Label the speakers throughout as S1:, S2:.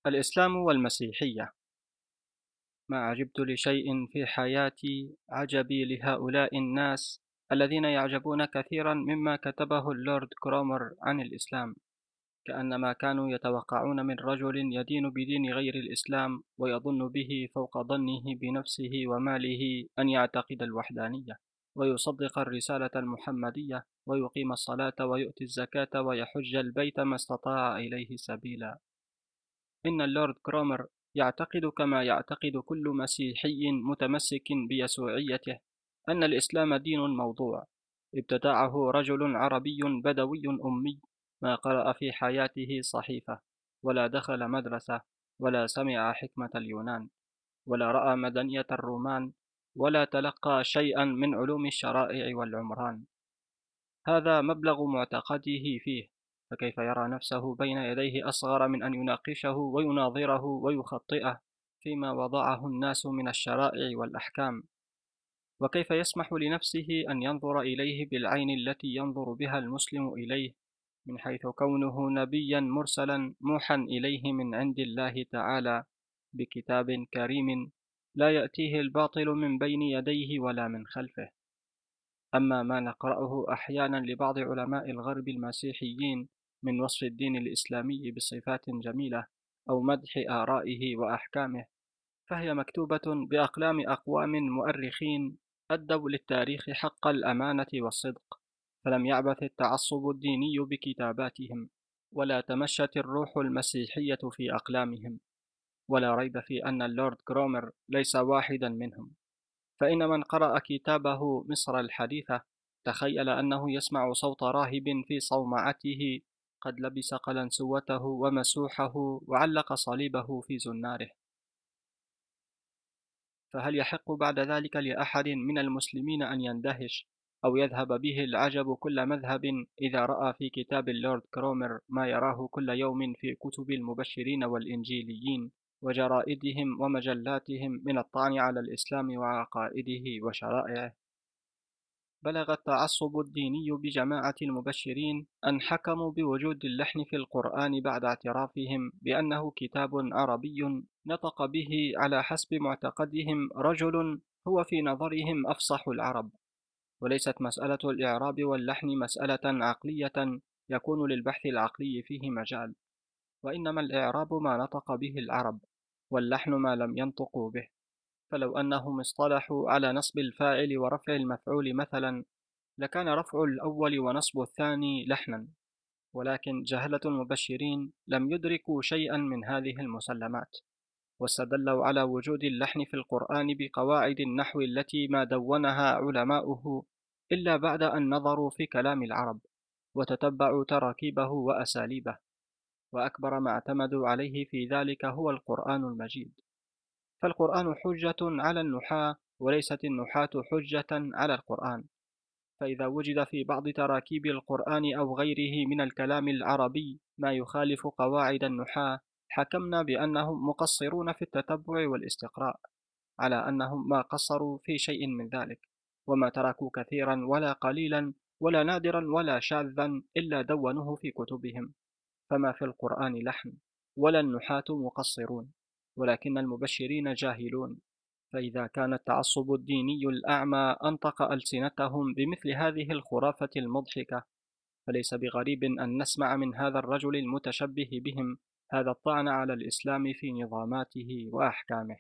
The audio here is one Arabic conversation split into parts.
S1: الإسلام والمسيحية. ما عجبت لشيء في حياتي عجبي لهؤلاء الناس الذين يعجبون كثيرا مما كتبه اللورد كرومر عن الإسلام، كأنما كانوا يتوقعون من رجل يدين بدين غير الإسلام ويظن به فوق ظنه بنفسه وماله أن يعتقد الوحدانية ويصدق الرسالة المحمدية ويقيم الصلاة ويؤتي الزكاة ويحج البيت ما استطاع إليه سبيلا. إن اللورد كرومر يعتقد كما يعتقد كل مسيحي متمسك بيسوعيته أن الإسلام دين موضوع ابتدعه رجل عربي بدوي أمي ما قرأ في حياته صحيفة ولا دخل مدرسة ولا سمع حكمة اليونان ولا رأى مدنية الرومان ولا تلقى شيئا من علوم الشرائع والعمران. هذا مبلغ معتقده فيه، فكيف يرى نفسه بين يديه أصغر من أن يناقشه ويناظره ويخطئه فيما وضعه الناس من الشرائع والأحكام؟ وكيف يسمح لنفسه أن ينظر إليه بالعين التي ينظر بها المسلم إليه، من حيث كونه نبيا مرسلا موحى إليه من عند الله تعالى بكتاب كريم لا يأتيه الباطل من بين يديه ولا من خلفه؟ أما ما نقرأه أحيانا لبعض علماء الغرب المسيحيين من وصف الدين الإسلامي بصفات جميلة أو مدح آرائه وأحكامه، فهي مكتوبة بأقلام أقوام مؤرخين أدوا للتاريخ حق الأمانة والصدق، فلم يعبث التعصب الديني بكتاباتهم، ولا تمشت الروح المسيحية في أقلامهم. ولا ريب في أن اللورد كرومر ليس واحدا منهم، فإن من قرأ كتابه مصر الحديثة تخيل أنه يسمع صوت راهب في صومعته قد لبس قلنسوته ومسوحه وعلق صليبه في زناره. فهل يحق بعد ذلك لأحد من المسلمين أن يندهش أو يذهب به العجب كل مذهب إذا رأى في كتاب اللورد كرومر ما يراه كل يوم في كتب المبشرين والإنجيليين وجرائدهم ومجلاتهم من الطعن على الإسلام وعقائده وشرائعه؟ بلغ التعصب الديني بجماعة المبشرين أن حكموا بوجود اللحن في القرآن بعد اعترافهم بأنه كتاب عربي نطق به على حسب معتقدهم رجل هو في نظرهم أفصح العرب. وليست مسألة الإعراب واللحن مسألة عقلية يكون للبحث العقلي فيه مجال، وإنما الإعراب ما نطق به العرب، واللحن ما لم ينطقوا به. فلو أنهم اصطلحوا على نصب الفاعل ورفع المفعول مثلا، لكان رفع الأول ونصب الثاني لحنا، ولكن جهلة المبشرين لم يدركوا شيئا من هذه المسلمات، واستدلوا على وجود اللحن في القرآن بقواعد النحو التي ما دونها علماؤه إلا بعد أن نظروا في كلام العرب وتتبعوا تراكيبه وأساليبه، وأكبر ما اعتمدوا عليه في ذلك هو القرآن المجيد. فالقرآن حجة على النحاة وليست النحاة حجة على القرآن، فإذا وجد في بعض تراكيب القرآن أو غيره من الكلام العربي ما يخالف قواعد النحاة، حكمنا بأنهم مقصرون في التتبع والاستقراء، على أنهم ما قصروا في شيء من ذلك، وما تركوا كثيرا ولا قليلا ولا نادرا ولا شاذا إلا دونوه في كتبهم. فما في القرآن لحن، ولا النحاة مقصرون، ولكن المبشرين جاهلون. فإذا كان التعصب الديني الأعمى أنطق ألسنتهم بمثل هذه الخرافة المضحكة، فليس بغريب أن نسمع من هذا الرجل المتشبه بهم هذا الطعن على الإسلام في نظاماته وأحكامه.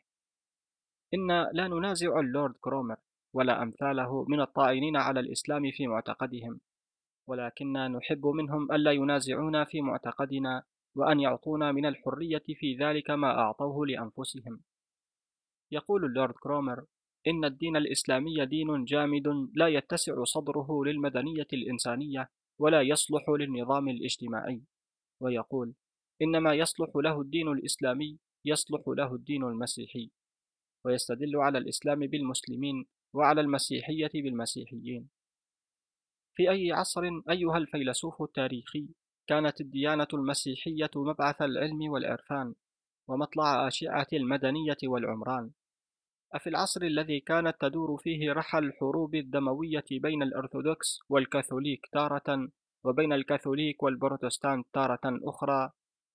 S1: إن لا ننازع اللورد كرومر ولا أمثاله من الطاعنين على الإسلام في معتقدهم، ولكننا نحب منهم ألا ينازعونا في معتقدنا، وأن يعطونا من الحرية في ذلك ما أعطوه لأنفسهم. يقول اللورد كرومر إن الدين الإسلامي دين جامد لا يتسع صدره للمدنية الإنسانية ولا يصلح للنظام الاجتماعي، ويقول إن ما يصلح له الدين الإسلامي يصلح له الدين المسيحي، ويستدل على الإسلام بالمسلمين وعلى المسيحية بالمسيحيين. في أي عصر أيها الفيلسوف التاريخي كانت الديانة المسيحية مبعث العلم والعرفان ومطلع أشعة المدنية والعمران؟ أفي العصر الذي كانت تدور فيه رحى الحروب الدموية بين الأرثوذكس والكاثوليك تارة، وبين الكاثوليك والبروتستانت تارة أخرى،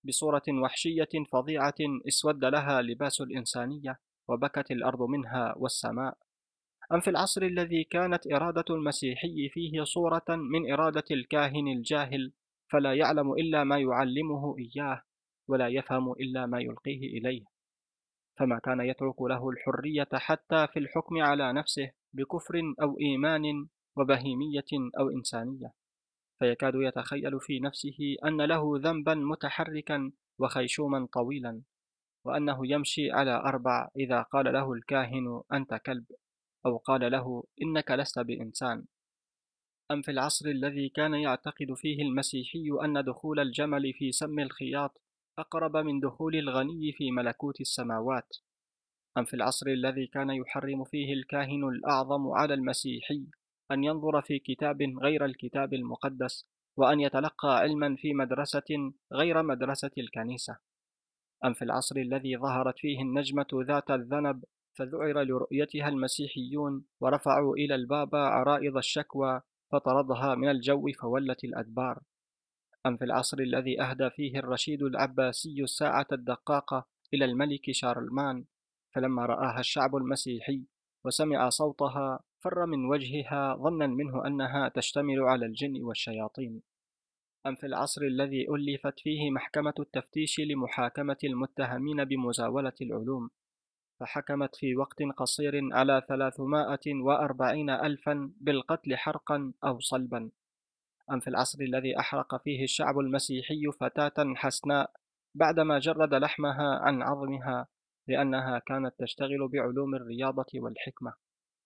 S1: بصورة وحشية فظيعة اسود لها لباس الإنسانية، وبكت الأرض منها والسماء؟ أم في العصر الذي كانت إرادة المسيحي فيه صورة من إرادة الكاهن الجاهل، فلا يعلم إلا ما يعلمه إياه، ولا يفهم إلا ما يلقيه إليه، فما كان يترك له الحرية حتى في الحكم على نفسه بكفر أو إيمان وبهيمية أو إنسانية، فيكاد يتخيل في نفسه أن له ذنبا متحركا وخيشوما طويلا، وأنه يمشي على أربع إذا قال له الكاهن أنت كلب، أو قال له إنك لست بإنسان. أم في العصر الذي كان يعتقد فيه المسيحي أن دخول الجمل في سم الخياط أقرب من دخول الغني في ملكوت السماوات؟ أم في العصر الذي كان يحرم فيه الكاهن الأعظم على المسيحي أن ينظر في كتاب غير الكتاب المقدس، وأن يتلقى علما في مدرسة غير مدرسة الكنيسة؟ أم في العصر الذي ظهرت فيه النجمة ذات الذنب فذعر لرؤيتها المسيحيون ورفعوا إلى البابا عرائض الشكوى فطردها من الجو فولت الأدبار؟ أم في العصر الذي أهدى فيه الرشيد العباسي الساعة الدقاقة إلى الملك شارلمان، فلما رآها الشعب المسيحي وسمع صوتها فر من وجهها ظنا منه أنها تشتمل على الجن والشياطين؟ أم في العصر الذي ألفت فيه محكمة التفتيش لمحاكمة المتهمين بمزاولة العلوم، فحكمت في وقت قصير على 340 ألفا بالقتل حرقا أو صلبا؟ أم في العصر الذي أحرق فيه الشعب المسيحي فتاة حسناء بعدما جرد لحمها عن عظمها لأنها كانت تشتغل بعلوم الرياضة والحكمة؟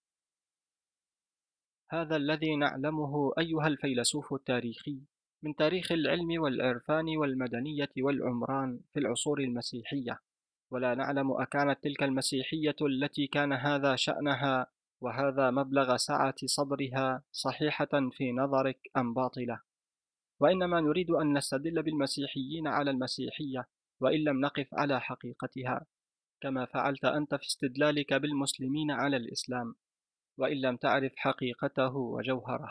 S1: هذا الذي نعلمه أيها الفيلسوف التاريخي من تاريخ العلم والعرفان والمدنية والعمران في العصور المسيحية، ولا نعلم أكانت تلك المسيحية التي كان هذا شأنها وهذا مبلغ سعة صدرها صحيحة في نظرك أم باطلة، وإنما نريد أن نستدل بالمسيحيين على المسيحية وإن لم نقف على حقيقتها، كما فعلت أنت في استدلالك بالمسلمين على الإسلام وإن لم تعرف حقيقته وجوهره،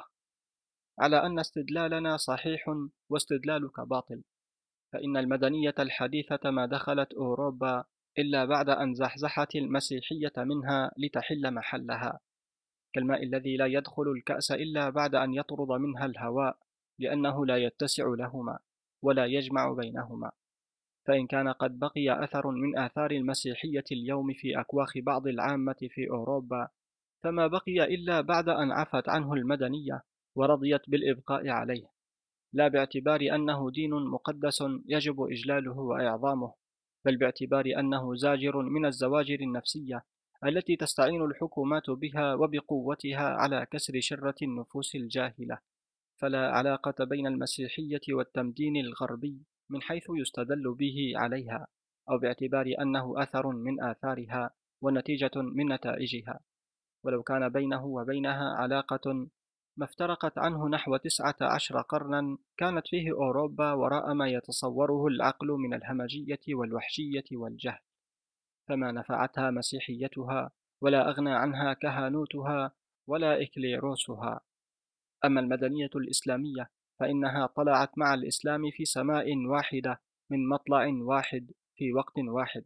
S1: على أن استدلالنا صحيح واستدلالك باطل، فإن المدنية الحديثة ما دخلت أوروبا إلا بعد أن زحزحت المسيحية منها لتحل محلها، كالماء الذي لا يدخل الكأس إلا بعد أن يطرد منها الهواء، لأنه لا يتسع لهما ولا يجمع بينهما. فإن كان قد بقي أثر من آثار المسيحية اليوم في أكواخ بعض العامة في أوروبا، فما بقي إلا بعد أن عفت عنه المدنية ورضيت بالإبقاء عليه، لا باعتبار أنه دين مقدس يجب إجلاله وإعظامه، بل باعتبار أنه زاجر من الزواجر النفسية التي تستعين الحكومات بها وبقوتها على كسر شرة النفوس الجاهلة. فلا علاقة بين المسيحية والتمدين الغربي من حيث يستدل به عليها، أو باعتبار أنه أثر من آثارها ونتيجة من نتائجها، ولو كان بينه وبينها علاقة ما افترقت عنه نحو 19 قرنا كانت فيه أوروبا وراء ما يتصوره العقل من الهمجية والوحشية والجهل، فما نفعتها مسيحيتها ولا أغنى عنها كهنوتها ولا إكليروسها. أما المدنية الإسلامية فإنها طلعت مع الإسلام في سماء واحدة من مطلع واحد في وقت واحد،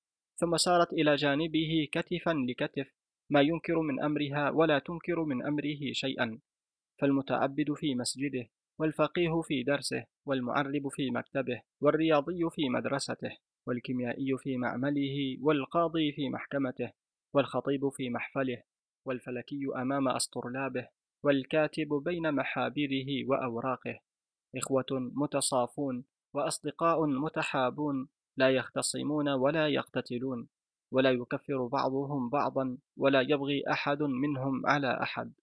S1: ثم سارت إلى جانبه كتفا لكتف، ما ينكر من أمرها ولا تنكر من أمره شيئا، فالمتعبد في مسجده، والفقيه في درسه، والمعرب في مكتبه، والرياضي في مدرسته، والكيميائي في معمله، والقاضي في محكمته، والخطيب في محفله، والفلكي أمام أسطرلابه، والكاتب بين محابره وأوراقه، إخوة متصافون وأصدقاء متحابون، لا يختصمون ولا يقتتلون، ولا يكفر بعضهم بعضا، ولا يبغي أحد منهم على أحد.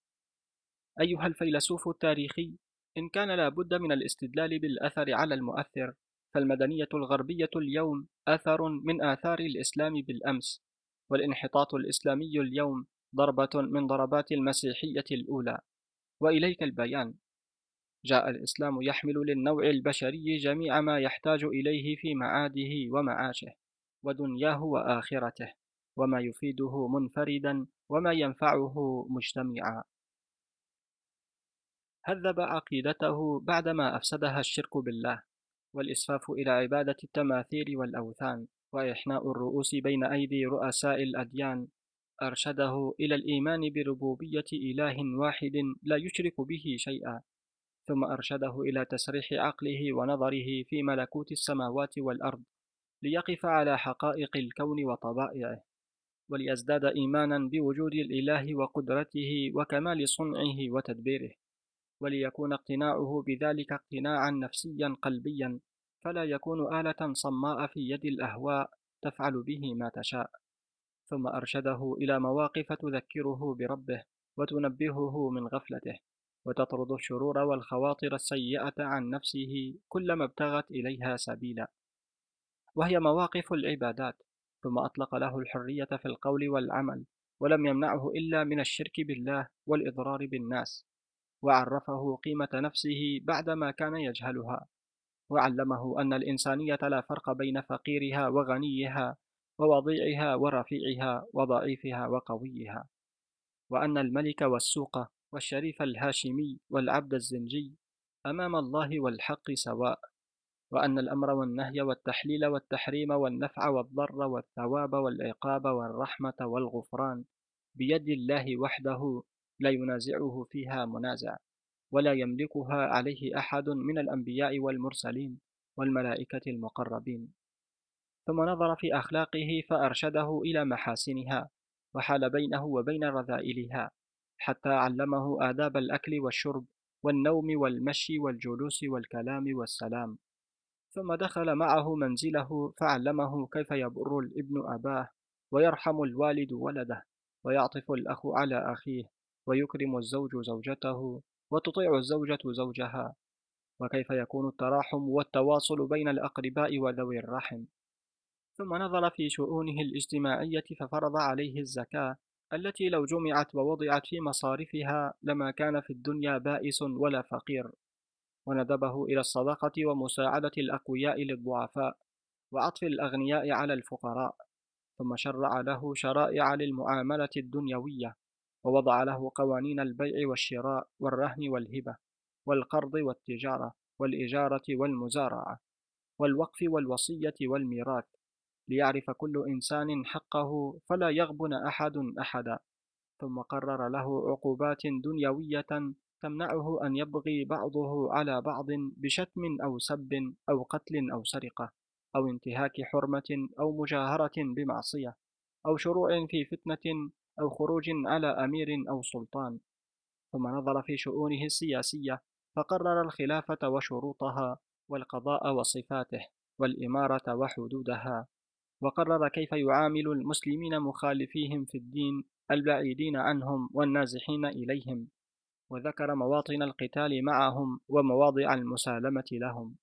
S1: أيها الفيلسوف التاريخي، إن كان لا بد من الاستدلال بالأثر على المؤثر، فالمدنية الغربية اليوم أثر من آثار الإسلام بالأمس، والانحطاط الإسلامي اليوم ضربة من ضربات المسيحية الأولى. وإليك البيان: جاء الإسلام يحمل للنوع البشري جميع ما يحتاج إليه في معاده ومعاشه ودنياه وآخرته، وما يفيده منفردا وما ينفعه مجتمعا. هذب عقيدته بعدما أفسدها الشرك بالله، والإسفاف إلى عبادة التماثيل والأوثان، وإحناء الرؤوس بين أيدي رؤساء الأديان. أرشده إلى الإيمان بربوبية إله واحد لا يشرك به شيئا، ثم أرشده إلى تسريح عقله ونظره في ملكوت السماوات والأرض، ليقف على حقائق الكون وطبائعه، وليزداد إيمانا بوجود الإله وقدرته وكمال صنعه وتدبيره، وليكون اقتناعه بذلك اقتناعا نفسيا قلبيا، فلا يكون آلة صماء في يد الأهواء تفعل به ما تشاء. ثم أرشده إلى مواقف تذكره بربه وتنبهه من غفلته، وتطرد الشرور والخواطر السيئة عن نفسه كلما ابتغت إليها سبيلا، وهي مواقف العبادات. ثم أطلق له الحرية في القول والعمل، ولم يمنعه إلا من الشرك بالله والإضرار بالناس، وعرفه قيمة نفسه بعدما كان يجهلها، وعلمه أن الإنسانية لا فرق بين فقيرها وغنيها، ووضيعها ورفيعها، وضعيفها وقويها، وأن الملك والسوق والشريف الهاشمي والعبد الزنجي أمام الله والحق سواء، وأن الأمر والنهي والتحليل والتحريم والنفع والضر والثواب والعقاب والرحمة والغفران بيد الله وحده، لا ينازعه فيها منازع، ولا يملكها عليه أحد من الأنبياء والمرسلين والملائكة المقربين. ثم نظر في أخلاقه فأرشده إلى محاسنها، وحال بينه وبين رذائلها، حتى علمه آداب الأكل والشرب والنوم والمشي والجلوس والكلام والسلام. ثم دخل معه منزله فعلمه كيف يبر الابن أباه، ويرحم الوالد ولده، ويعطف الأخ على أخيه، ويكرم الزوج زوجته، وتطيع الزوجة زوجها، وكيف يكون التراحم والتواصل بين الأقرباء وذوي الرحم. ثم نظر في شؤونه الاجتماعية ففرض عليه الزكاة، التي لو جمعت ووضعت في مصارفها لما كان في الدنيا بائس ولا فقير، وندبه إلى الصدقة ومساعدة الأقوياء للضعفاء، وعطف الأغنياء على الفقراء. ثم شرع له شرائع للمعاملة الدنيوية، ووضع له قوانين البيع والشراء والرهن والهبة والقرض والتجارة والإجارة والمزارعة والوقف والوصية والميراث، ليعرف كل إنسان حقه فلا يغبن أحد أحدا. ثم قرر له عقوبات دنيوية تمنعه أن يبغي بعضه على بعض بشتم أو سب أو قتل أو سرقة أو انتهاك حرمة أو مجاهرة بمعصية أو شروع في فتنة أو خروج على أمير أو سلطان. ثم نظر في شؤونه السياسية فقرر الخلافة وشروطها، والقضاء وصفاته، والإمارة وحدودها، وقرر كيف يعامل المسلمين مخالفيهم في الدين البعيدين عنهم والنازحين إليهم، وذكر مواطن القتال معهم ومواضع المسالمة لهم.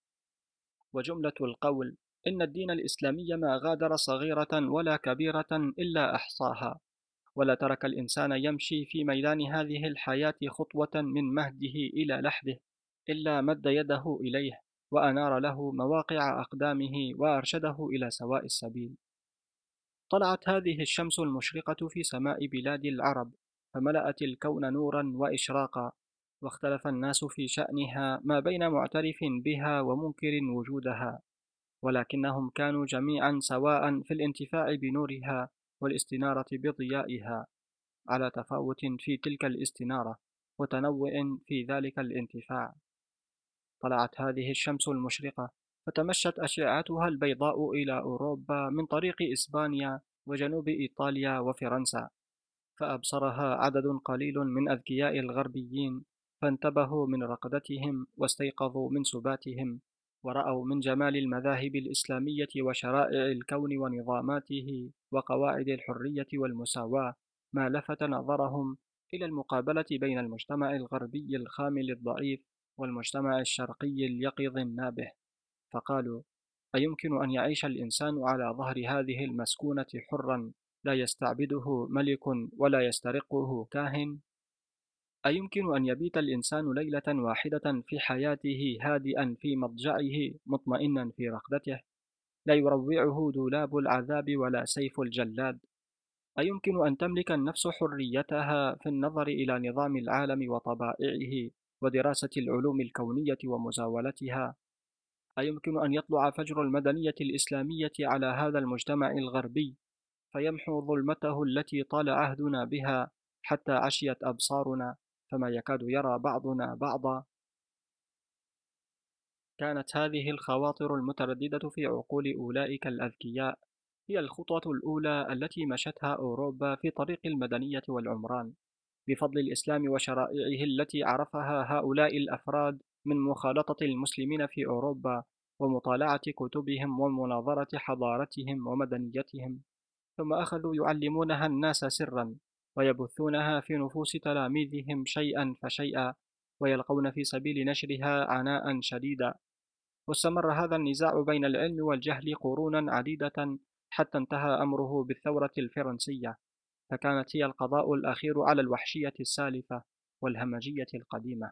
S1: وجملة القول: إن الدين الإسلامي ما غادر صغيرة ولا كبيرة إلا أحصاها، ولا ترك الإنسان يمشي في ميدان هذه الحياة خطوة من مهده إلى لحده إلا مد يده إليه وأنار له مواقع أقدامه وأرشده إلى سواء السبيل. طلعت هذه الشمس المشرقة في سماء بلاد العرب، فملأت الكون نورا وإشراقا، واختلف الناس في شأنها ما بين معترف بها ومنكر وجودها، ولكنهم كانوا جميعا سواء في الانتفاع بنورها والاستنارة بضيائها، على تفاوت في تلك الاستنارة وتنوع في ذلك الانتفاع. طلعت هذه الشمس المشرقة فتمشت أشعتها البيضاء إلى أوروبا من طريق إسبانيا وجنوب إيطاليا وفرنسا، فأبصرها عدد قليل من أذكياء الغربيين، فانتبهوا من رقدتهم واستيقظوا من سباتهم، ورأوا من جمال المذاهب الإسلامية وشرائع الكون ونظاماته وقواعد الحرية والمساواة ما لفت نظرهم إلى المقابلة بين المجتمع الغربي الخامل الضعيف والمجتمع الشرقي اليقظ النابه، فقالوا: أيمكن أن يعيش الإنسان على ظهر هذه المسكونة حرا لا يستعبده ملك ولا يسترقه كاهن؟ أيمكن أن يبيت الإنسان ليلة واحدة في حياته هادئا في مضجعه مطمئنا في رقدته، لا يروعه دولاب العذاب ولا سيف الجلاد؟ أيمكن أن تملك النفس حريتها في النظر إلى نظام العالم وطبائعه ودراسة العلوم الكونية ومزاولتها؟ أيمكن أن يطلع فجر المدنية الإسلامية على هذا المجتمع الغربي فيمحو ظلمته التي طال عهدنا بها حتى عشيت أبصارنا فما يكاد يرى بعضنا بعضا؟ كانت هذه الخواطر المترددة في عقول أولئك الأذكياء هي الخطوة الأولى التي مشتها أوروبا في طريق المدنية والعمران، بفضل الإسلام وشرائعه التي عرفها هؤلاء الأفراد من مخالطة المسلمين في أوروبا ومطالعة كتبهم ومناظرة حضارتهم ومدنيتهم، ثم أخذوا يعلمونها الناس سرا ويبثونها في نفوس تلاميذهم شيئا فشيئا ويلقون في سبيل نشرها عناء شديدا. واستمر هذا النزاع بين العلم والجهل قرونا عديدة حتى انتهى أمره بالثورة الفرنسية، فكانت هي القضاء الأخير على الوحشية السالفة والهمجية القديمة.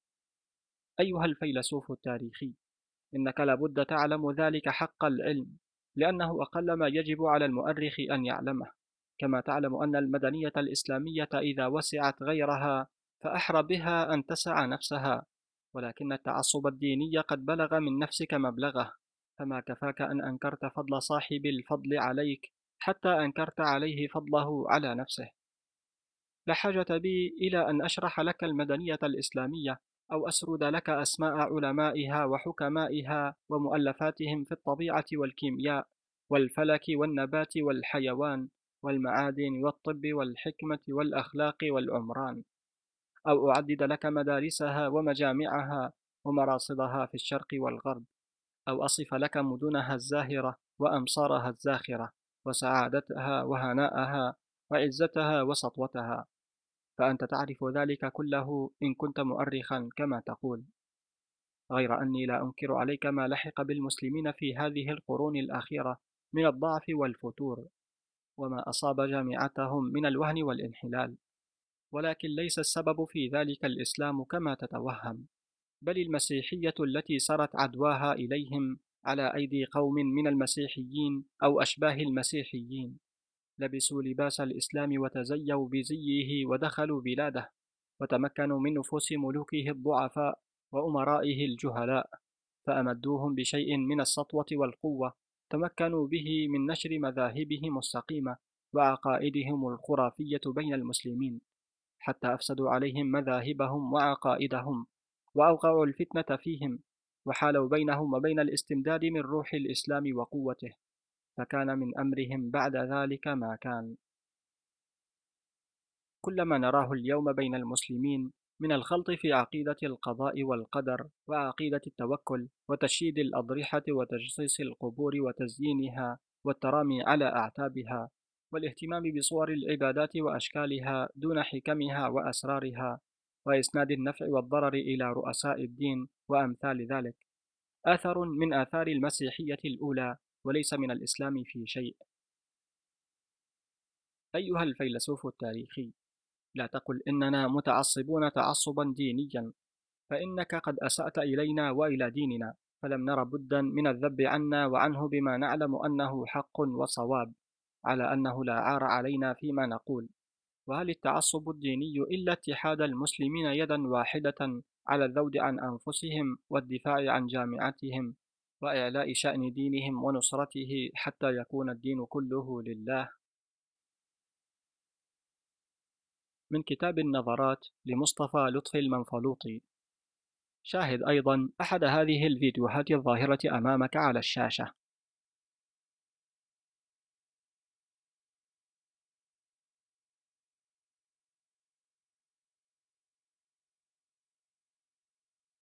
S1: أيها الفيلسوف التاريخي، إنك لابد تعلم ذلك حق العلم، لأنه أقل ما يجب على المؤرخ أن يعلمه، كما تعلم أن المدنية الإسلامية إذا وسعت غيرها فأحرى بها أن تسع نفسها، ولكن التعصب الديني قد بلغ من نفسك مبلغه، فما كفاك أن أنكرت فضل صاحب الفضل عليك حتى أنكرت عليه فضله على نفسه. لا حاجة بي إلى أن أشرح لك المدنية الإسلامية أو أسرد لك أسماء علمائها وحكمائها ومؤلفاتهم في الطبيعة والكيمياء والفلك والنبات والحيوان والمعادن والطب والحكمة والأخلاق والعمران، أو أعدد لك مدارسها ومجامعها ومراصدها في الشرق والغرب، أو أصف لك مدنها الزاهرة وأمصارها الزاخرة وسعادتها وهناءها وعزتها وسطوتها، فأنت تعرف ذلك كله إن كنت مؤرخا كما تقول، غير أني لا أنكر عليك ما لحق بالمسلمين في هذه القرون الأخيرة من الضعف والفتور، وما أصاب جامعتهم من الوهن والانحلال، ولكن ليس السبب في ذلك الإسلام كما تتوهم، بل المسيحية التي سرت عدواها إليهم على أيدي قوم من المسيحيين أو أشباه المسيحيين، لبسوا لباس الإسلام وتزيوا بزيه ودخلوا بلاده، وتمكنوا من نفوس ملوكه الضعفاء وأمرائه الجهلاء، فأمدوهم بشيء من السطوة والقوة تمكنوا به من نشر مذاهبهم السقيمة وعقائدهم الخرافية بين المسلمين، حتى أفسدوا عليهم مذاهبهم وعقائدهم وأوقعوا الفتنة فيهم وحالوا بينهم وبين الاستمداد من روح الإسلام وقوته، فكان من أمرهم بعد ذلك ما كان. كل ما نراه اليوم بين المسلمين من الخلط في عقيدة القضاء والقدر وعقيدة التوكل وتشييد الأضرحة وتجصيص القبور وتزيينها والترامي على أعتابها والاهتمام بصور العبادات وأشكالها دون حكمها وأسرارها وإسناد النفع والضرر إلى رؤساء الدين وأمثال ذلك، آثر من آثار المسيحية الأولى وليس من الإسلام في شيء. أيها الفيلسوف التاريخي، لا تقل إننا متعصبون تعصبا دينيا، فإنك قد أسأت إلينا وإلى ديننا، فلم نر بدا من الذب عنا وعنه بما نعلم أنه حق وصواب، على أنه لا عار علينا فيما نقول. وهل التعصب الديني إلا اتحاد المسلمين يدا واحدة على الذود عن أنفسهم والدفاع عن جامعتهم وإعلاء شأن دينهم ونصرته حتى يكون الدين كله لله؟ من كتاب النظرات لمصطفى لطفي المنفلوطي. شاهد أيضا أحد هذه الفيديوهات الظاهرة أمامك على الشاشة.